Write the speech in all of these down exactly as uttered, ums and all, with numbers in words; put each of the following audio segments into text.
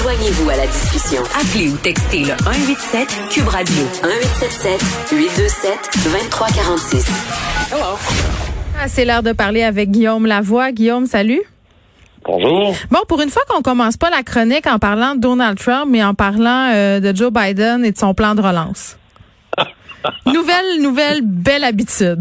Joignez-vous à la discussion. Appelez ou textez le un huit sept Cube Radio un huit sept sept huit deux sept deux trois quatre six. Hello. Ah, c'est l'heure de parler avec Guillaume Lavoie. Guillaume, salut. Bonjour. Bon, pour une fois qu'on commence pas la chronique en parlant de Donald Trump, mais en parlant euh, de Joe Biden et de son plan de relance. nouvelle, nouvelle, belle habitude.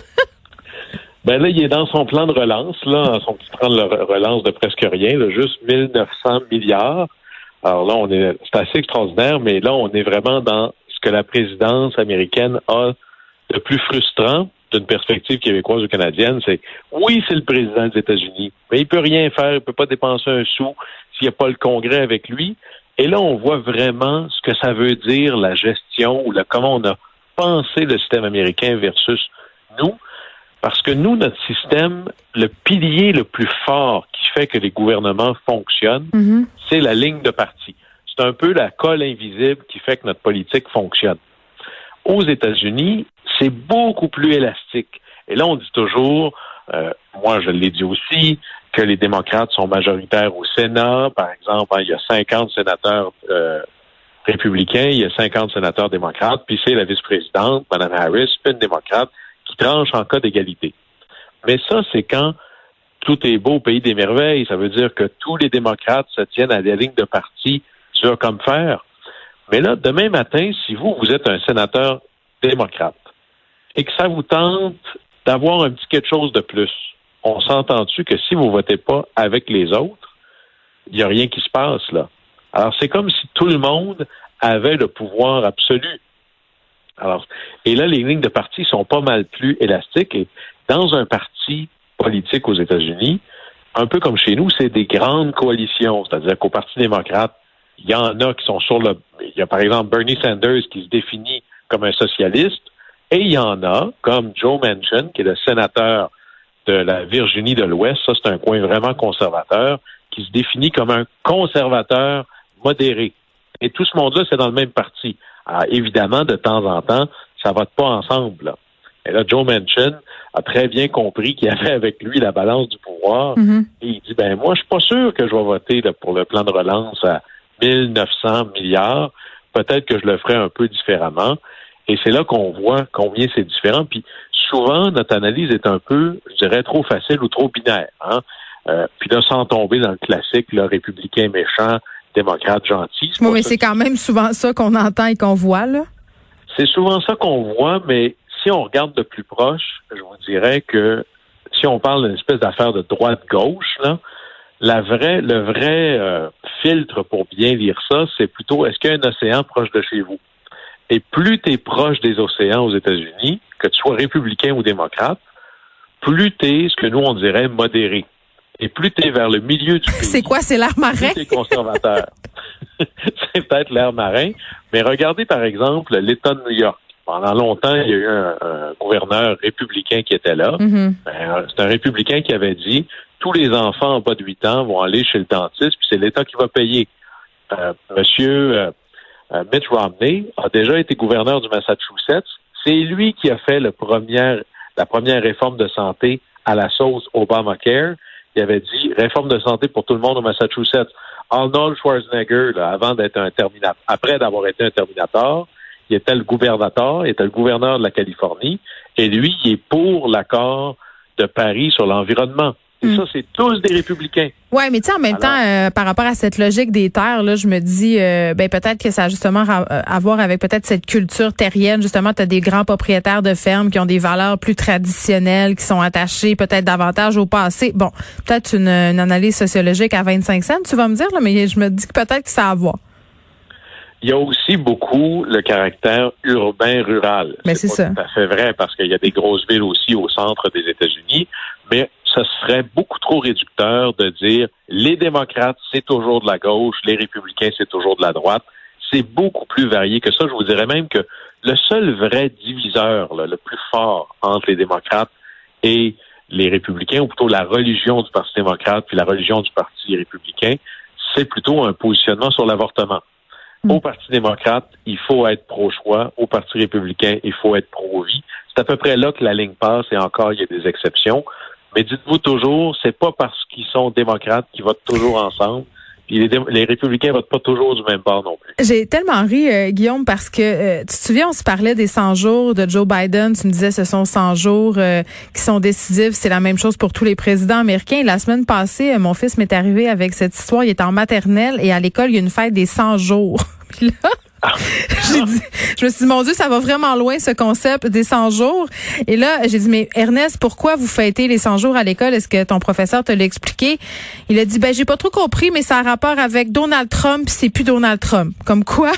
Ben là, il est dans son plan de relance, là, son petit plan de relance de presque rien, là, juste mille neuf cents milliards. Alors là, on est, c'est assez extraordinaire, mais là, on est vraiment dans ce que la présidence américaine a de plus frustrant d'une perspective québécoise ou canadienne. C'est, oui, c'est le président des États-Unis, mais il peut rien faire, il peut pas dépenser un sou s'il n'y a pas le Congrès avec lui. Et là, on voit vraiment ce que ça veut dire, la gestion ou la, comment on a pensé le système américain versus nous. Parce que nous, notre système, le pilier le plus fort qui fait que les gouvernements fonctionnent, mm-hmm. c'est la ligne de parti. C'est un peu la colle invisible qui fait que notre politique fonctionne. Aux États-Unis, c'est beaucoup plus élastique. Et là, on dit toujours, euh, moi je l'ai dit aussi, que les démocrates sont majoritaires au Sénat. Par exemple, hein, il y a cinquante sénateurs euh, républicains, il y a cinquante sénateurs démocrates, puis c'est la vice-présidente, Mme Harris, puis une démocrate, qui tranche en cas d'égalité. Mais ça, c'est quand tout est beau au pays des merveilles. Ça veut dire que tous les démocrates se tiennent à des lignes de parti dur comme fer. Mais là, demain matin, si vous, vous êtes un sénateur démocrate et que ça vous tente d'avoir un petit quelque chose de plus, on s'entend-tu que si vous votez pas avec les autres, il n'y a rien qui se passe, là. Alors, c'est comme si tout le monde avait le pouvoir absolu. Alors, et là, les lignes de parti sont pas mal plus élastiques. Et dans un parti politique aux États-Unis, un peu comme chez nous, c'est des grandes coalitions. C'est-à-dire qu'au Parti démocrate, il y en a qui sont sur le... Il y a par exemple Bernie Sanders qui se définit comme un socialiste. Et il y en a, comme Joe Manchin, qui est le sénateur de la Virginie de l'Ouest. Ça, c'est un coin vraiment conservateur, qui se définit comme un conservateur modéré. Et tout ce monde-là, c'est dans le même parti. Alors, évidemment, de temps en temps, ça va pas ensemble, là. Et là, Joe Manchin a très bien compris qu'il y avait avec lui la balance du pouvoir. Mm-hmm. Et il dit, ben moi, je suis pas sûr que je vais voter là, pour le plan de relance à mille neuf cents milliards. Peut-être que je le ferai un peu différemment. Et c'est là qu'on voit combien c'est différent. Puis souvent, notre analyse est un peu, je dirais, trop facile ou trop binaire. Hein? Euh, puis là, sans tomber dans le classique, là, républicain méchant, démocrate gentil. Oui, mais c'est quand même souvent ça qu'on entend et qu'on voit, là. C'est souvent ça qu'on voit, mais si on regarde de plus proche, je vous dirais que si on parle d'une espèce d'affaire de droite-gauche, là, la vraie, le vrai euh, filtre pour bien lire ça, c'est plutôt est-ce qu'il y a un océan proche de chez vous? Et plus tu es proche des océans aux États-Unis, que tu sois républicain ou démocrate, plus tu es ce que nous on dirait modéré. Et plus tu es vers le milieu du pays. C'est quoi, c'est l'air marin? Plus tu es conservateur. C'est peut-être l'air marin. Mais regardez, par exemple, l'État de New York. Pendant longtemps, il y a eu un, un gouverneur républicain qui était là. Mm-hmm. Ben, c'est un républicain qui avait dit tous les enfants en bas de huit ans vont aller chez le dentiste, puis c'est l'État qui va payer. Euh, monsieur euh, euh, Mitt Romney a déjà été gouverneur du Massachusetts. C'est lui qui a fait le premier, la première réforme de santé à la sauce Obamacare. Il avait dit réforme de santé pour tout le monde au Massachusetts. Arnold Schwarzenegger, là, avant d'être un terminateur, après d'avoir été un terminator, il était le gouvernateur, il était le gouverneur de la Californie, et lui, il est pour l'accord de Paris sur l'environnement. Et mm. ça, c'est tous des républicains. Oui, mais tu sais, en même Alors, temps, euh, par rapport à cette logique des terres, là, je me dis, euh, ben peut-être que ça a justement ra- à voir avec peut-être cette culture terrienne. Justement, tu as des grands propriétaires de fermes qui ont des valeurs plus traditionnelles, qui sont attachés peut-être davantage au passé. Bon, peut-être une, une analyse sociologique à vingt-cinq cents, tu vas me dire, là, mais je me dis que peut-être que ça a à voir. Il y a aussi beaucoup le caractère urbain-rural. Mais c'est, c'est ça. Tout à fait vrai, parce qu'il y a des grosses villes aussi au centre des États-Unis, mais ce serait beaucoup trop réducteur de dire les démocrates, c'est toujours de la gauche, les républicains, c'est toujours de la droite. C'est beaucoup plus varié que ça. Je vous dirais même que le seul vrai diviseur, là, le plus fort entre les démocrates et les républicains, ou plutôt la religion du Parti démocrate puis la religion du Parti républicain, c'est plutôt un positionnement sur l'avortement. Mmh. Au Parti démocrate, il faut être pro-choix. Au Parti républicain, il faut être pro-vie. C'est à peu près là que la ligne passe, et encore, il y a des exceptions. Mais dites-vous toujours, c'est pas parce qu'ils sont démocrates qu'ils votent toujours ensemble Puis les, les républicains votent pas toujours du même bord non plus. J'ai tellement ri, euh, Guillaume, parce que euh, tu te souviens, on se parlait des cent jours de Joe Biden. Tu me disais ce sont cent jours euh, qui sont décisifs. C'est la même chose pour tous les présidents américains. La semaine passée, euh, mon fils m'est arrivé avec cette histoire. Il est en maternelle et à l'école, il y a une fête des cent jours. Puis là, ah. j'ai dit, je me suis dit, mon Dieu, ça va vraiment loin, ce concept des cent jours. Et là, j'ai dit, mais Ernest, pourquoi vous fêtez les cent jours à l'école? Est-ce que ton professeur te l'a expliqué? Il a dit, ben, j'ai pas trop compris, mais ça a rapport avec Donald Trump, puis c'est plus Donald Trump. Comme quoi?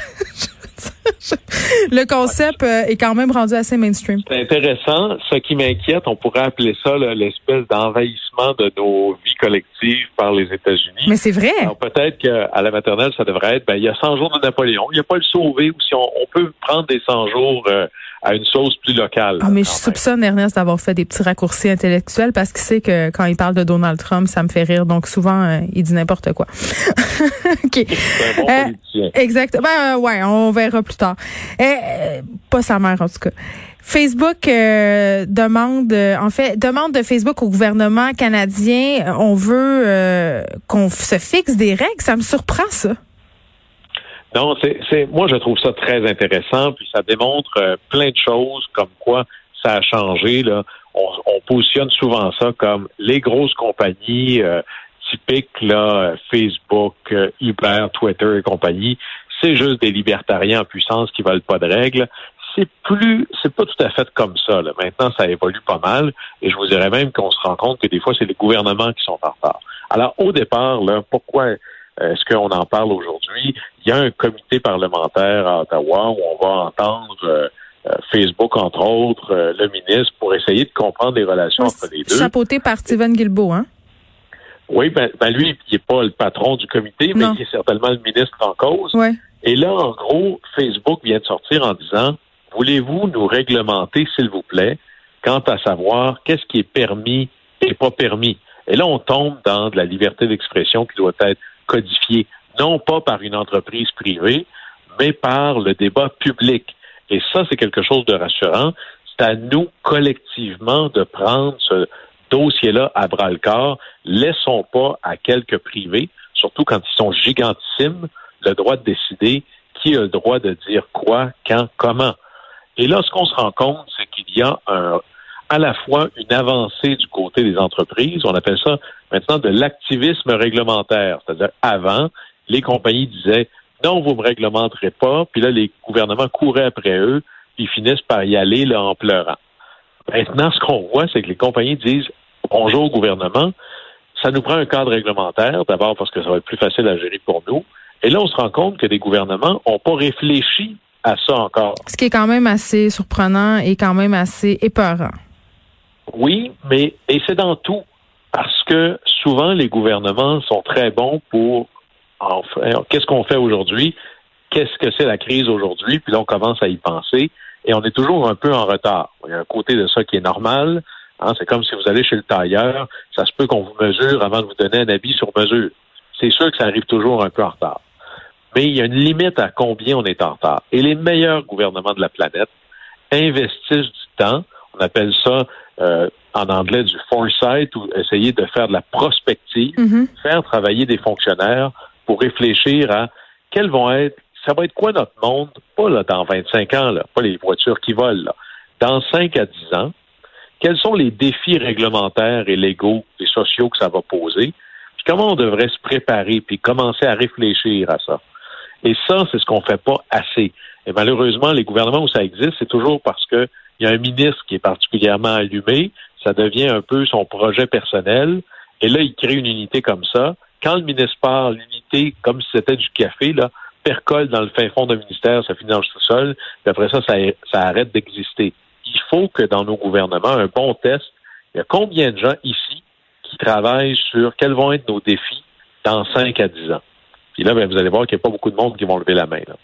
Le concept euh, est quand même rendu assez mainstream. C'est intéressant. Ce qui m'inquiète, on pourrait appeler ça là, l'espèce d'envahissement de nos vies collectives par les États-Unis. Mais c'est vrai. Alors peut-être qu'à la maternelle, ça devrait être, ben il y a cent jours de Napoléon. Il n'y a pas le sauver, ou si on, on peut prendre des cent jours euh, à une sauce plus locale. Ah, mais je soupçonne Ernest d'avoir fait des petits raccourcis intellectuels parce qu'il sait que quand il parle de Donald Trump, ça me fait rire. Donc souvent, euh, il dit n'importe quoi. OK. C'est un bon euh, politicien. Exact. Ben euh, ouais, on verra plus tard. Euh, pas sa mère en tout cas. Facebook euh, demande, euh, en fait, demande de Facebook au gouvernement canadien. On veut euh, qu'on se fixe des règles. Ça me surprend ça. Non, c'est, c'est, moi, je trouve ça très intéressant, puis ça démontre euh, plein de choses, comme quoi ça a changé, là. On, on positionne souvent ça comme les grosses compagnies euh, typiques, là, Facebook, euh, Uber, Twitter et compagnie. C'est juste des libertariens en puissance qui veulent pas de règles. C'est plus, c'est pas tout à fait comme ça, là. Maintenant, ça évolue pas mal, et je vous dirais même qu'on se rend compte que des fois, c'est les gouvernements qui sont en retard. Alors, au départ, là, pourquoi est-ce qu'on en parle aujourd'hui? Il y a un comité parlementaire à Ottawa où on va entendre euh, euh, Facebook, entre autres, euh, le ministre, pour essayer de comprendre les relations oui, entre les deux. Chapeauté par Stephen Guilbeault, hein? Oui, ben, ben lui, il n'est pas le patron du comité, mais non. Il est certainement le ministre en cause. Ouais. Et là, en gros, Facebook vient de sortir en disant, voulez-vous nous réglementer, s'il vous plaît, quant à savoir qu'est-ce qui est permis et pas permis? Et là, on tombe dans de la liberté d'expression qui doit être codifié, non pas par une entreprise privée, mais par le débat public. Et ça, c'est quelque chose de rassurant. C'est à nous, collectivement, de prendre ce dossier-là à bras-le-corps. Laissons pas à quelques privés, surtout quand ils sont gigantissimes, le droit de décider qui a le droit de dire quoi, quand, comment. Et là, ce qu'on se rend compte, c'est qu'il y a un à la fois une avancée du côté des entreprises, on appelle ça maintenant de l'activisme réglementaire. C'est-à-dire, avant, les compagnies disaient « Non, vous ne me réglementerez pas », puis là, les gouvernements couraient après eux, puis ils finissent par y aller là, en pleurant. Maintenant, ce qu'on voit, c'est que les compagnies disent « Bonjour au gouvernement, ça nous prend un cadre réglementaire, d'abord parce que ça va être plus facile à gérer pour nous. » Et là, on se rend compte que les gouvernements n'ont pas réfléchi à ça encore. Ce qui est quand même assez surprenant et quand même assez épeurant. Oui, mais et c'est dans tout. Parce que souvent, les gouvernements sont très bons pour enfin, qu'est-ce qu'on fait aujourd'hui? Qu'est-ce que c'est la crise aujourd'hui? Puis là, on commence à y penser et on est toujours un peu en retard. Il y a un côté de ça qui est normal. Hein, c'est comme si vous allez chez le tailleur, ça se peut qu'on vous mesure avant de vous donner un habit sur mesure. C'est sûr que ça arrive toujours un peu en retard. Mais il y a une limite à combien on est en retard. Et les meilleurs gouvernements de la planète investissent du temps. On appelle ça euh, en anglais du foresight, ou essayer de faire de la prospective, mm-hmm. faire travailler des fonctionnaires pour réfléchir à quels vont être, ça va être quoi notre monde, pas là dans vingt-cinq ans, là, pas les voitures qui volent, là, dans cinq à dix ans, quels sont les défis réglementaires et légaux et sociaux que ça va poser, puis comment on devrait se préparer, puis commencer à réfléchir à ça. Et ça, c'est ce qu'on fait pas assez. Et malheureusement, les gouvernements où ça existe, c'est toujours parce que il y a un ministre qui est particulièrement allumé, ça devient un peu son projet personnel, et là, il crée une unité comme ça. Quand le ministre part, l'unité, comme si c'était du café, là, percole dans le fin fond d'un ministère, ça finit dans le sous-sol, puis après ça, ça, ça arrête d'exister. Il faut que dans nos gouvernements, un bon test, il y a combien de gens ici qui travaillent sur quels vont être nos défis dans cinq à dix ans. Puis là, ben, vous allez voir qu'il n'y a pas beaucoup de monde qui vont lever la main, là.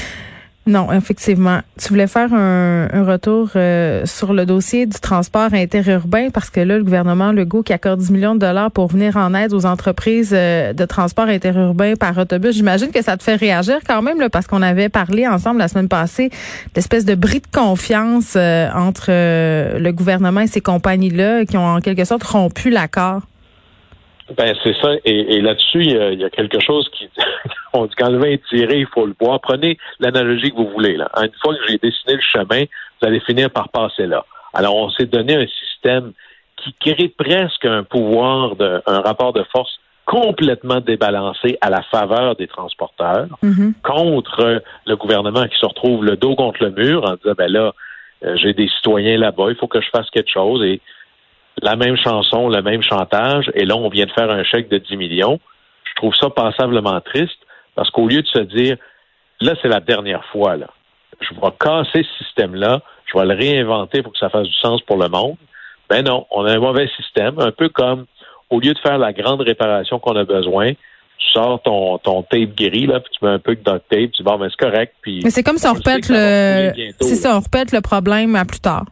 Non, effectivement. Tu voulais faire un, un retour euh, sur le dossier du transport interurbain parce que là, le gouvernement Legault qui accorde dix millions de dollars pour venir en aide aux entreprises euh, de transport interurbain par autobus. J'imagine que ça te fait réagir quand même là, parce qu'on avait parlé ensemble la semaine passée d'espèce de bris de confiance euh, entre euh, le gouvernement et ces compagnies-là qui ont en quelque sorte rompu l'accord. Ben c'est ça. Et, et là-dessus, il y, a, il y a quelque chose qui on dit quand le vin est tiré, il faut le boire. Prenez l'analogie que vous voulez. Là. Une fois que j'ai dessiné le chemin, vous allez finir par passer là. Alors, on s'est donné un système qui crée presque un pouvoir, de, un rapport de force complètement débalancé à la faveur des transporteurs mm-hmm. contre le gouvernement qui se retrouve le dos contre le mur en disant, ben là, euh, j'ai des citoyens là-bas, il faut que je fasse quelque chose. Et la même chanson, le même chantage, et là, on vient de faire un chèque de dix millions. Je trouve ça passablement triste, parce qu'au lieu de se dire, là, c'est la dernière fois, là, je vais casser ce système-là, je vais le réinventer pour que ça fasse du sens pour le monde, ben non, on a un mauvais système, un peu comme, au lieu de faire la grande réparation qu'on a besoin, tu sors ton, ton tape gris, là, puis tu mets un peu de duct tape, tu dis, bon, ben c'est correct, puis... Mais c'est comme si on, on repète le... C'est ça, on repète le problème à plus tard.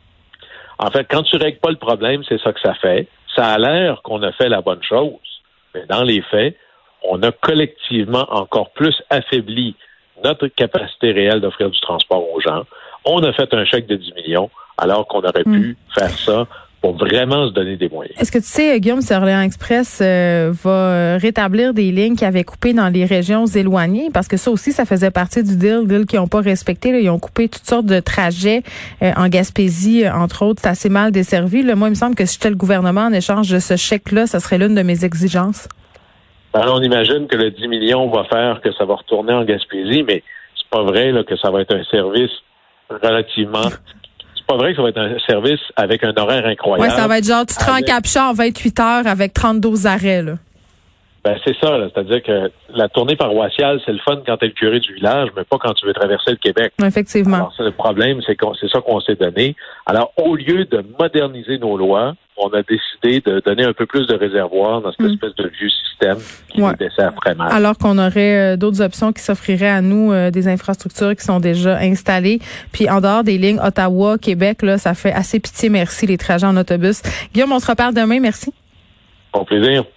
En fait, quand tu règles pas le problème, c'est ça que ça fait. Ça a l'air qu'on a fait la bonne chose. Mais dans les faits, on a collectivement encore plus affaibli notre capacité réelle d'offrir du transport aux gens. On a fait un chèque de dix millions alors qu'on aurait mmh. pu faire ça pour vraiment se donner des moyens. Est-ce que tu sais, Guillaume, si Orléans Express euh, va rétablir des lignes qui avaient coupé dans les régions éloignées? Parce que ça aussi, ça faisait partie du deal, deal qu'ils n'ont pas respecté. Là. Ils ont coupé toutes sortes de trajets euh, en Gaspésie, entre autres. C'est assez mal desservi. Là. Moi, il me semble que si j'étais le gouvernement en échange de ce chèque-là, ça serait l'une de mes exigences. Alors, on imagine que le dix millions va faire que ça va retourner en Gaspésie, mais c'est pas vrai là, que ça va être un service relativement... C'est pas vrai que ça va être un service avec un horaire incroyable. Oui, ça va être genre, tu te rends Capcha en vingt-huit heures avec trente-deux arrêts, là. Ben, c'est ça, là. C'est-à-dire que la tournée paroissiale, c'est le fun quand t'es le curé du village, mais pas quand tu veux traverser le Québec. Effectivement. Alors, c'est le problème, c'est qu'on, c'est ça qu'on s'est donné. Alors, au lieu de moderniser nos lois, on a décidé de donner un peu plus de réservoirs dans cette mmh. espèce de vieux système qui ouais. nous dessert très mal. Alors qu'on aurait euh, d'autres options qui s'offriraient à nous, euh, des infrastructures qui sont déjà installées. Puis en dehors des lignes Ottawa-Québec, là, ça fait assez pitié, merci, les trajets en autobus. Guillaume, on se reparle demain, merci. Au plaisir.